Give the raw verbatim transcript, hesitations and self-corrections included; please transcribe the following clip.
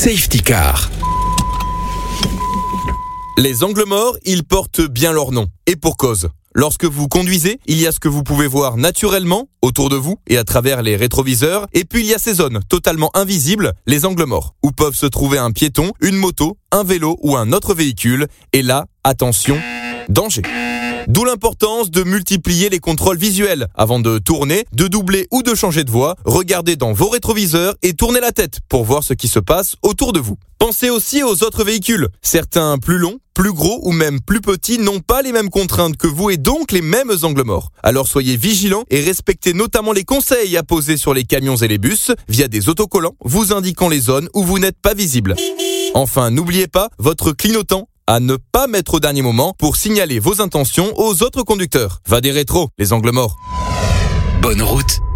Safety Car. Les angles morts, ils portent bien leur nom. Et pour cause. Lorsque vous conduisez, il y a ce que vous pouvez voir naturellement, autour de vous et à travers les rétroviseurs. Et puis il y a ces zones totalement invisibles, les angles morts, où peuvent se trouver un piéton, une moto, un vélo ou un autre véhicule. Et là, attention, danger. D'où l'importance de multiplier les contrôles visuels. Avant de tourner, de doubler ou de changer de voie, regardez dans vos rétroviseurs et tournez la tête pour voir ce qui se passe autour de vous. Pensez aussi aux autres véhicules. Certains plus longs, plus gros ou même plus petits n'ont pas les mêmes contraintes que vous et donc les mêmes angles morts. Alors soyez vigilants et respectez notamment les conseils à poser sur les camions et les bus via des autocollants vous indiquant les zones où vous n'êtes pas visible. Enfin, n'oubliez pas votre clignotant à ne pas mettre au dernier moment pour signaler vos intentions aux autres conducteurs. Va des rétros, les angles morts. Bonne route.